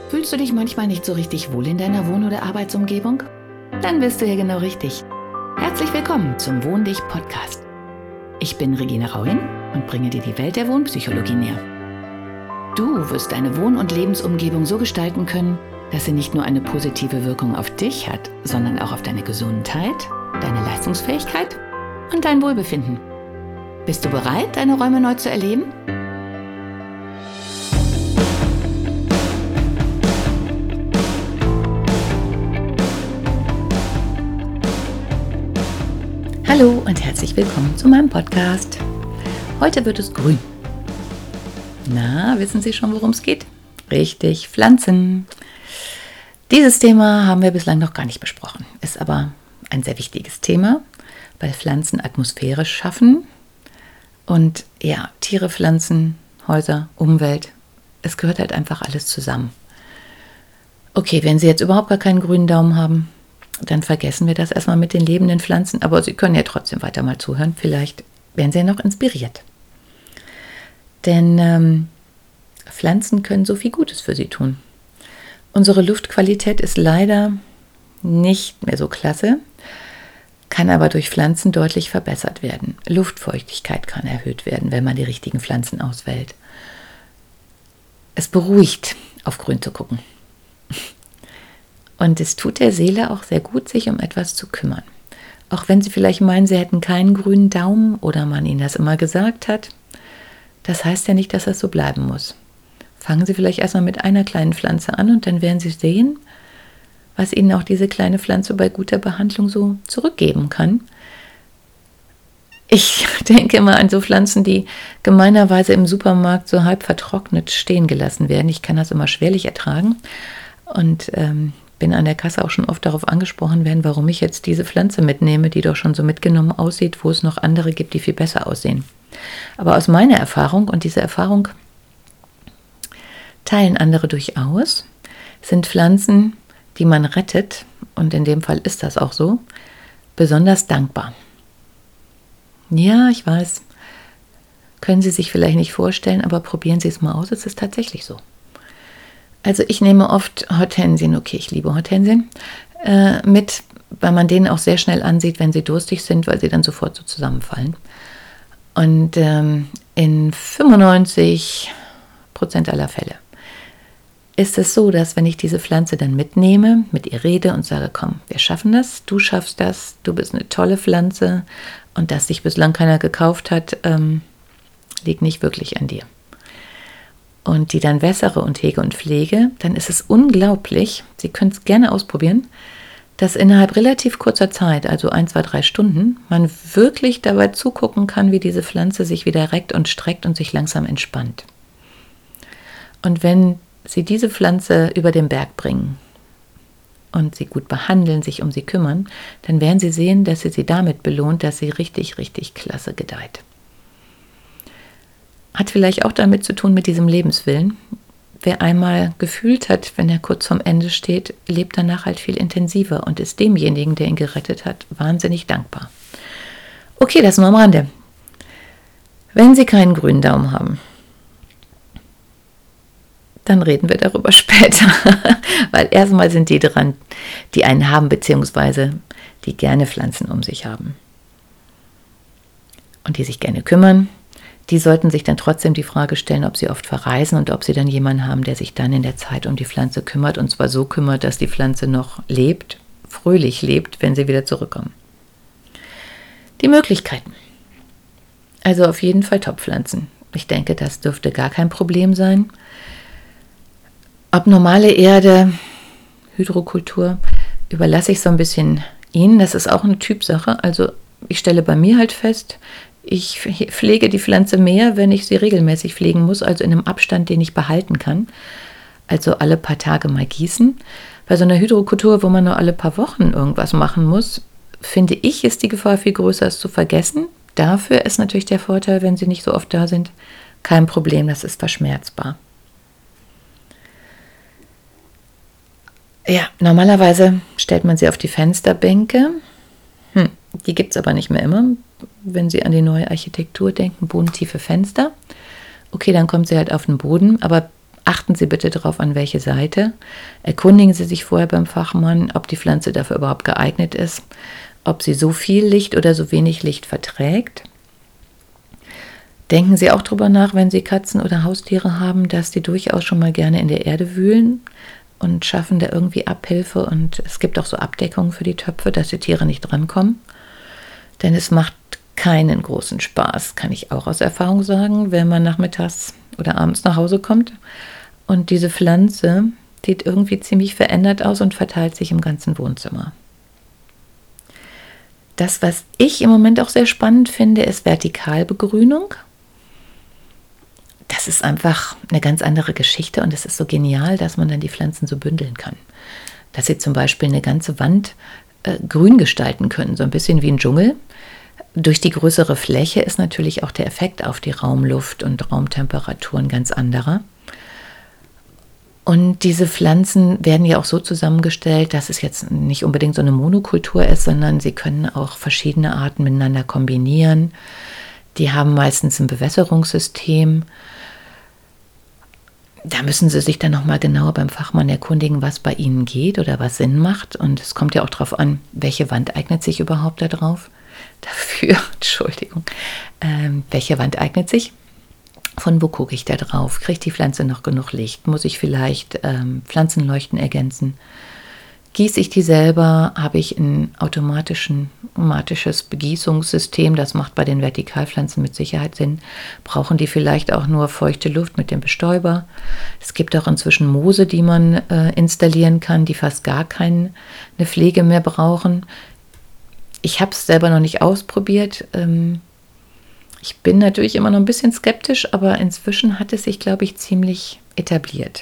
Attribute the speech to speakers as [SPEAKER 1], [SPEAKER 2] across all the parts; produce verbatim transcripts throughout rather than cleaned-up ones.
[SPEAKER 1] Fühlst du dich manchmal nicht so richtig wohl in deiner Wohn- oder Arbeitsumgebung? Dann bist du hier genau richtig. Herzlich willkommen zum Wohn dich Podcast. Ich bin Regina Rauhin und bringe dir die Welt der Wohnpsychologie näher. Du wirst deine Wohn- und Lebensumgebung so gestalten können, dass sie nicht nur eine positive Wirkung auf dich hat, sondern auch auf deine Gesundheit, deine Leistungsfähigkeit und dein Wohlbefinden. Bist du bereit, deine Räume neu zu erleben? Hallo und herzlich willkommen zu meinem Podcast. Heute wird es grün. Na, wissen Sie schon, worum es geht? Richtig, Pflanzen. Dieses Thema haben wir bislang noch gar nicht besprochen, ist aber ein sehr wichtiges Thema, weil Pflanzen Atmosphäre schaffen und ja, Tiere, Pflanzen, Häuser, Umwelt, es gehört halt einfach alles zusammen. Okay, wenn Sie jetzt überhaupt gar keinen grünen Daumen haben, dann vergessen wir das erstmal mit den lebenden Pflanzen, aber Sie können ja trotzdem weiter mal zuhören, vielleicht werden Sie ja noch inspiriert. Denn ähm, Pflanzen können so viel Gutes für Sie tun. Unsere Luftqualität ist leider nicht mehr so klasse, kann aber durch Pflanzen deutlich verbessert werden. Luftfeuchtigkeit kann erhöht werden, wenn man die richtigen Pflanzen auswählt. Es beruhigt, auf Grün zu gucken. Und es tut der Seele auch sehr gut, sich um etwas zu kümmern. Auch wenn Sie vielleicht meinen, Sie hätten keinen grünen Daumen oder man Ihnen das immer gesagt hat, das heißt ja nicht, dass das so bleiben muss. Fangen Sie vielleicht erstmal mit einer kleinen Pflanze an und dann werden Sie sehen, was Ihnen auch diese kleine Pflanze bei guter Behandlung so zurückgeben kann. Ich denke immer an so Pflanzen, die gemeinerweise im Supermarkt so halb vertrocknet stehen gelassen werden. Ich kann das immer schwerlich ertragen und ähm, bin an der Kasse auch schon oft darauf angesprochen werden, warum ich jetzt diese Pflanze mitnehme, die doch schon so mitgenommen aussieht, wo es noch andere gibt, die viel besser aussehen. Aber aus meiner Erfahrung, und diese Erfahrung teilen andere durchaus, sind Pflanzen, die man rettet, und in dem Fall ist das auch so, besonders dankbar. Ja, ich weiß, können Sie sich vielleicht nicht vorstellen, aber probieren Sie es mal aus, es ist tatsächlich so. Also ich nehme oft Hortensien, okay, ich liebe Hortensien, äh, mit, weil man denen auch sehr schnell ansieht, wenn sie durstig sind, weil sie dann sofort so zusammenfallen. Und ähm, in fünfundneunzig Prozent aller Fälle ist es so, dass wenn ich diese Pflanze dann mitnehme, mit ihr rede und sage, komm, wir schaffen das, du schaffst das, du bist eine tolle Pflanze und dass dich bislang keiner gekauft hat, ähm, liegt nicht wirklich an dir. Und die dann wässere und hege und pflege, dann ist es unglaublich, Sie können es gerne ausprobieren, dass innerhalb relativ kurzer Zeit, also ein, zwei, drei Stunden, man wirklich dabei zugucken kann, wie diese Pflanze sich wieder reckt und streckt und sich langsam entspannt. Und wenn Sie diese Pflanze über den Berg bringen und sie gut behandeln, sich um sie kümmern, dann werden Sie sehen, dass Sie sie damit belohnt, dass sie richtig, richtig klasse gedeiht. Hat vielleicht auch damit zu tun mit diesem Lebenswillen. Wer einmal gefühlt hat, wenn er kurz vorm Ende steht, lebt danach halt viel intensiver und ist demjenigen, der ihn gerettet hat, wahnsinnig dankbar. Okay, das nur am Rande. Wenn Sie keinen grünen Daumen haben, dann reden wir darüber später, weil erstmal sind die dran, die einen haben, beziehungsweise die gerne Pflanzen um sich haben und die sich gerne kümmern. Die sollten sich dann trotzdem die Frage stellen, ob sie oft verreisen und ob sie dann jemanden haben, der sich dann in der Zeit um die Pflanze kümmert, und zwar so kümmert, dass die Pflanze noch lebt, fröhlich lebt, wenn sie wieder zurückkommen. Die Möglichkeiten. Also auf jeden Fall Topfpflanzen. Ich denke, das dürfte gar kein Problem sein. Ob normale Erde, Hydrokultur, überlasse ich so ein bisschen Ihnen. Das ist auch eine Typsache. Also ich stelle bei mir halt fest, ich pflege die Pflanze mehr, wenn ich sie regelmäßig pflegen muss, also in einem Abstand, den ich behalten kann. Also alle paar Tage mal gießen. Bei so einer Hydrokultur, wo man nur alle paar Wochen irgendwas machen muss, finde ich, ist die Gefahr viel größer, es zu vergessen. Dafür ist natürlich der Vorteil, wenn sie nicht so oft da sind, kein Problem, das ist verschmerzbar. Ja, normalerweise stellt man sie auf die Fensterbänke. Hm, die gibt es aber nicht mehr immer. Wenn Sie an die neue Architektur denken, bodentiefe Fenster. Okay, dann kommt sie halt auf den Boden, aber achten Sie bitte darauf, an welche Seite. Erkundigen Sie sich vorher beim Fachmann, ob die Pflanze dafür überhaupt geeignet ist, ob sie so viel Licht oder so wenig Licht verträgt. Denken Sie auch darüber nach, wenn Sie Katzen oder Haustiere haben, dass die durchaus schon mal gerne in der Erde wühlen und schaffen da irgendwie Abhilfe. Und es gibt auch so Abdeckungen für die Töpfe, dass die Tiere nicht drankommen. Denn es macht keinen großen Spaß, kann ich auch aus Erfahrung sagen, wenn man nachmittags oder abends nach Hause kommt und diese Pflanze sieht irgendwie ziemlich verändert aus und verteilt sich im ganzen Wohnzimmer. Das, was ich im Moment auch sehr spannend finde, ist Vertikalbegrünung. Das ist einfach eine ganz andere Geschichte und es ist so genial, dass man dann die Pflanzen so bündeln kann. Dass sie zum Beispiel eine ganze Wand äh, grün gestalten können, so ein bisschen wie ein Dschungel. Durch die größere Fläche ist natürlich auch der Effekt auf die Raumluft und Raumtemperatur ein ganz anderer. Und diese Pflanzen werden ja auch so zusammengestellt, dass es jetzt nicht unbedingt so eine Monokultur ist, sondern sie können auch verschiedene Arten miteinander kombinieren. Die haben meistens ein Bewässerungssystem. Da müssen Sie sich dann nochmal genauer beim Fachmann erkundigen, was bei Ihnen geht oder was Sinn macht. Und es kommt ja auch darauf an, welche Wand eignet sich überhaupt da drauf. Dafür, Entschuldigung, ähm, welche Wand eignet sich? Von wo gucke ich da drauf? Kriegt die Pflanze noch genug Licht? Muss ich vielleicht ähm, Pflanzenleuchten ergänzen? Gieße ich die selber? Habe ich ein automatischen, automatisches Begießungssystem? Das macht bei den Vertikalpflanzen mit Sicherheit Sinn. Brauchen die vielleicht auch nur feuchte Luft mit dem Bestäuber? Es gibt auch inzwischen Moose, die man äh, installieren kann, die fast gar keine Pflege mehr brauchen. Ich habe es selber noch nicht ausprobiert. Ähm, ich bin natürlich immer noch ein bisschen skeptisch, aber inzwischen hat es sich, glaube ich, ziemlich etabliert.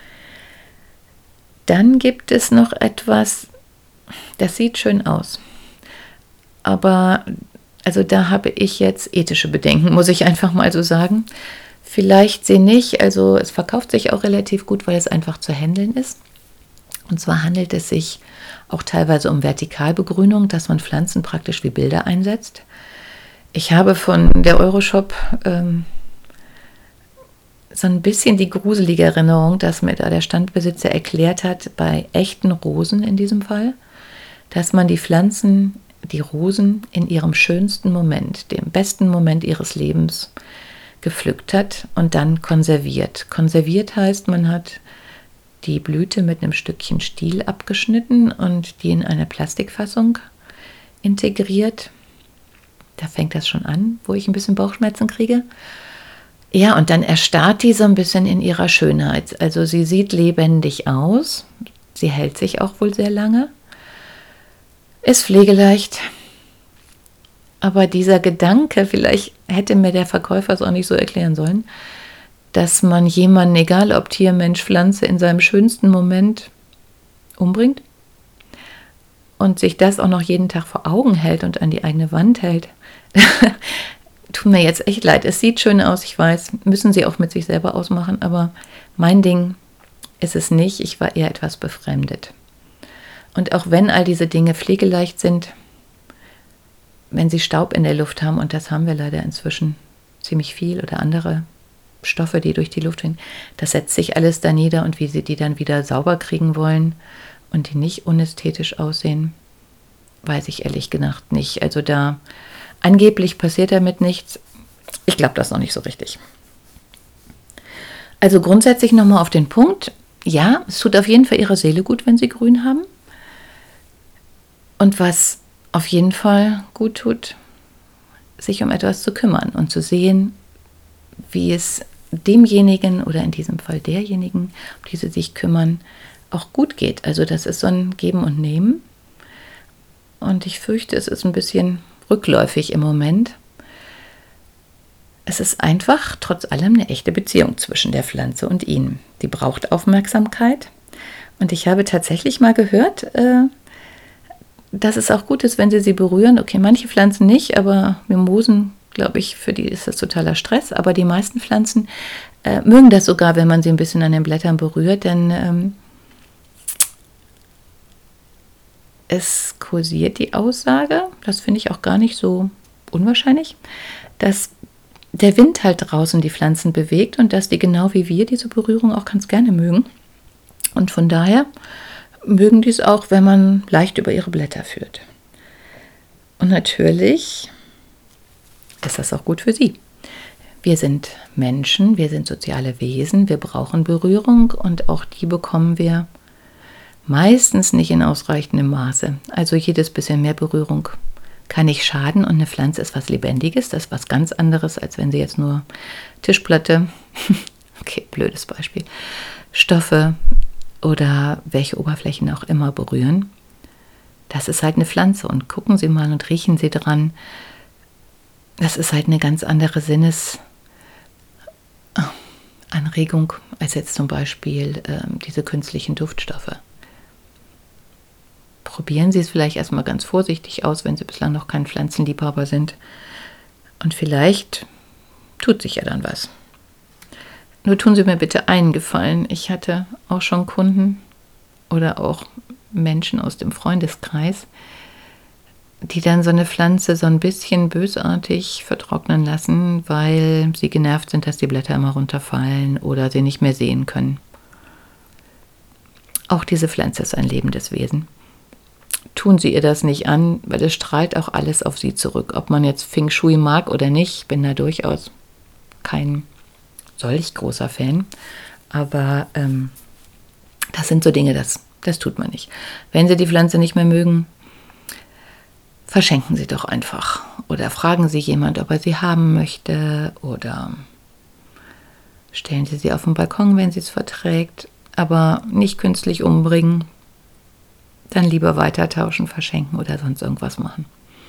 [SPEAKER 1] Dann gibt es noch etwas, das sieht schön aus. Aber also da habe ich jetzt ethische Bedenken, muss ich einfach mal so sagen. Vielleicht sie nicht, also es verkauft sich auch relativ gut, weil es einfach zu handeln ist. Und zwar handelt es sich auch teilweise um Vertikalbegrünung, dass man Pflanzen praktisch wie Bilder einsetzt. Ich habe von der Euroshop ähm, so ein bisschen die gruselige Erinnerung, dass mir da der Standbesitzer erklärt hat, bei echten Rosen in diesem Fall, dass man die Pflanzen, die Rosen in ihrem schönsten Moment, dem besten Moment ihres Lebens gepflückt hat und dann konserviert. Konserviert heißt, man hat die Blüte mit einem Stückchen Stiel abgeschnitten und die in eine Plastikfassung integriert. Da fängt das schon an, wo ich ein bisschen Bauchschmerzen kriege. Ja, und dann erstarrt die so ein bisschen in ihrer Schönheit. Also sie sieht lebendig aus. Sie hält sich auch wohl sehr lange. Ist pflegeleicht. Aber dieser Gedanke, vielleicht hätte mir der Verkäufer es auch nicht so erklären sollen, dass man jemanden, egal ob Tier, Mensch, Pflanze, in seinem schönsten Moment umbringt und sich das auch noch jeden Tag vor Augen hält und an die eigene Wand hält. Tut mir jetzt echt leid. Es sieht schön aus, ich weiß, müssen Sie auch mit sich selber ausmachen, aber mein Ding ist es nicht. Ich war eher etwas befremdet. Und auch wenn all diese Dinge pflegeleicht sind, wenn sie Staub in der Luft haben, und das haben wir leider inzwischen ziemlich viel, oder andere Stoffe, die durch die Luft gehen, das setzt sich alles da nieder, und wie sie die dann wieder sauber kriegen wollen und die nicht unästhetisch aussehen, weiß ich ehrlich gesagt nicht. Also da angeblich passiert damit nichts. Ich glaube das noch nicht so richtig. Also grundsätzlich nochmal auf den Punkt. Ja, es tut auf jeden Fall ihrer Seele gut, wenn sie grün haben. Und was auf jeden Fall gut tut, sich um etwas zu kümmern und zu sehen, wie es demjenigen oder in diesem Fall derjenigen, um die sie sich kümmern, auch gut geht. Also das ist so ein Geben und Nehmen. Und ich fürchte, es ist ein bisschen rückläufig im Moment. Es ist einfach trotz allem eine echte Beziehung zwischen der Pflanze und Ihnen. Die braucht Aufmerksamkeit. Und ich habe tatsächlich mal gehört, äh, dass es auch gut ist, wenn Sie sie berühren. Okay, manche Pflanzen nicht, aber Mimosen, glaube ich, für die ist das totaler Stress. Aber die meisten Pflanzen äh, mögen das sogar, wenn man sie ein bisschen an den Blättern berührt, denn ähm, es kursiert die Aussage, das finde ich auch gar nicht so unwahrscheinlich, dass der Wind halt draußen die Pflanzen bewegt und dass die genau wie wir diese Berührung auch ganz gerne mögen. Und von daher mögen die es auch, wenn man leicht über ihre Blätter führt. Und natürlich ist das auch gut für sie. Wir sind Menschen, wir sind soziale Wesen, wir brauchen Berührung und auch die bekommen wir meistens nicht in ausreichendem Maße. Also jedes bisschen mehr Berührung kann nicht schaden und eine Pflanze ist was Lebendiges, das ist was ganz anderes, als wenn sie jetzt nur Tischplatte, okay, blödes Beispiel, Stoffe oder welche Oberflächen auch immer berühren. Das ist halt eine Pflanze und gucken Sie mal und riechen Sie dran. Das ist halt eine ganz andere Sinnesanregung als jetzt zum Beispiel äh, diese künstlichen Duftstoffe. Probieren Sie es vielleicht erstmal ganz vorsichtig aus, wenn Sie bislang noch kein Pflanzenliebhaber sind. Und vielleicht tut sich ja dann was. Nur tun Sie mir bitte einen Gefallen. Ich hatte auch schon Kunden oder auch Menschen aus dem Freundeskreis, die dann so eine Pflanze so ein bisschen bösartig vertrocknen lassen, weil sie genervt sind, dass die Blätter immer runterfallen oder sie nicht mehr sehen können. Auch diese Pflanze ist ein lebendes Wesen. Tun Sie ihr das nicht an, weil es strahlt auch alles auf Sie zurück. Ob man jetzt Feng Shui mag oder nicht, ich bin da durchaus kein solch großer Fan. Aber ähm, das sind so Dinge, das, das tut man nicht. Wenn Sie die Pflanze nicht mehr mögen, verschenken Sie doch einfach. Oder fragen Sie jemand, ob er sie haben möchte. Oder stellen Sie sie auf den Balkon, wenn sie es verträgt. Aber nicht künstlich umbringen. Dann lieber weitertauschen, verschenken oder sonst irgendwas machen.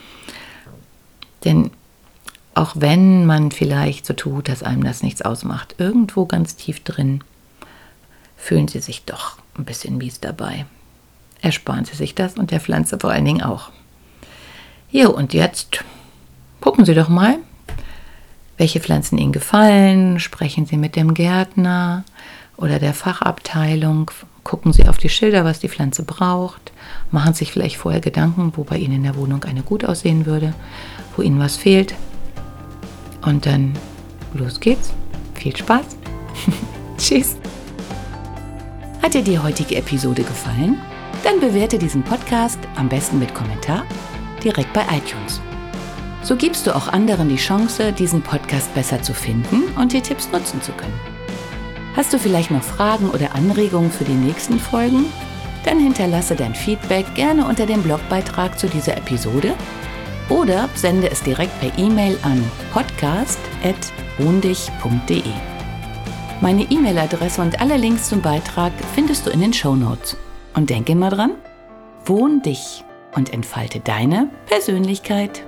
[SPEAKER 1] Denn auch wenn man vielleicht so tut, dass einem das nichts ausmacht, irgendwo ganz tief drin fühlen Sie sich doch ein bisschen mies dabei. Ersparen Sie sich das und der Pflanze vor allen Dingen auch. Ja, und jetzt gucken Sie doch mal, welche Pflanzen Ihnen gefallen. Sprechen Sie mit dem Gärtner oder der Fachabteilung. Gucken Sie auf die Schilder, was die Pflanze braucht. Machen sich vielleicht vorher Gedanken, wo bei Ihnen in der Wohnung eine gut aussehen würde, wo Ihnen was fehlt. Und dann los geht's. Viel Spaß. Tschüss.
[SPEAKER 2] Hat dir die heutige Episode gefallen? Dann bewerte diesen Podcast am besten mit Kommentar direkt bei iTunes. So gibst du auch anderen die Chance, diesen Podcast besser zu finden und die Tipps nutzen zu können. Hast du vielleicht noch Fragen oder Anregungen für die nächsten Folgen? Dann hinterlasse dein Feedback gerne unter dem Blogbeitrag zu dieser Episode oder sende es direkt per E-Mail an podcast at wohndich punkt de. Meine E-Mail-Adresse und alle Links zum Beitrag findest du in den Shownotes. Und denk immer dran, wohn dich und entfalte deine Persönlichkeit.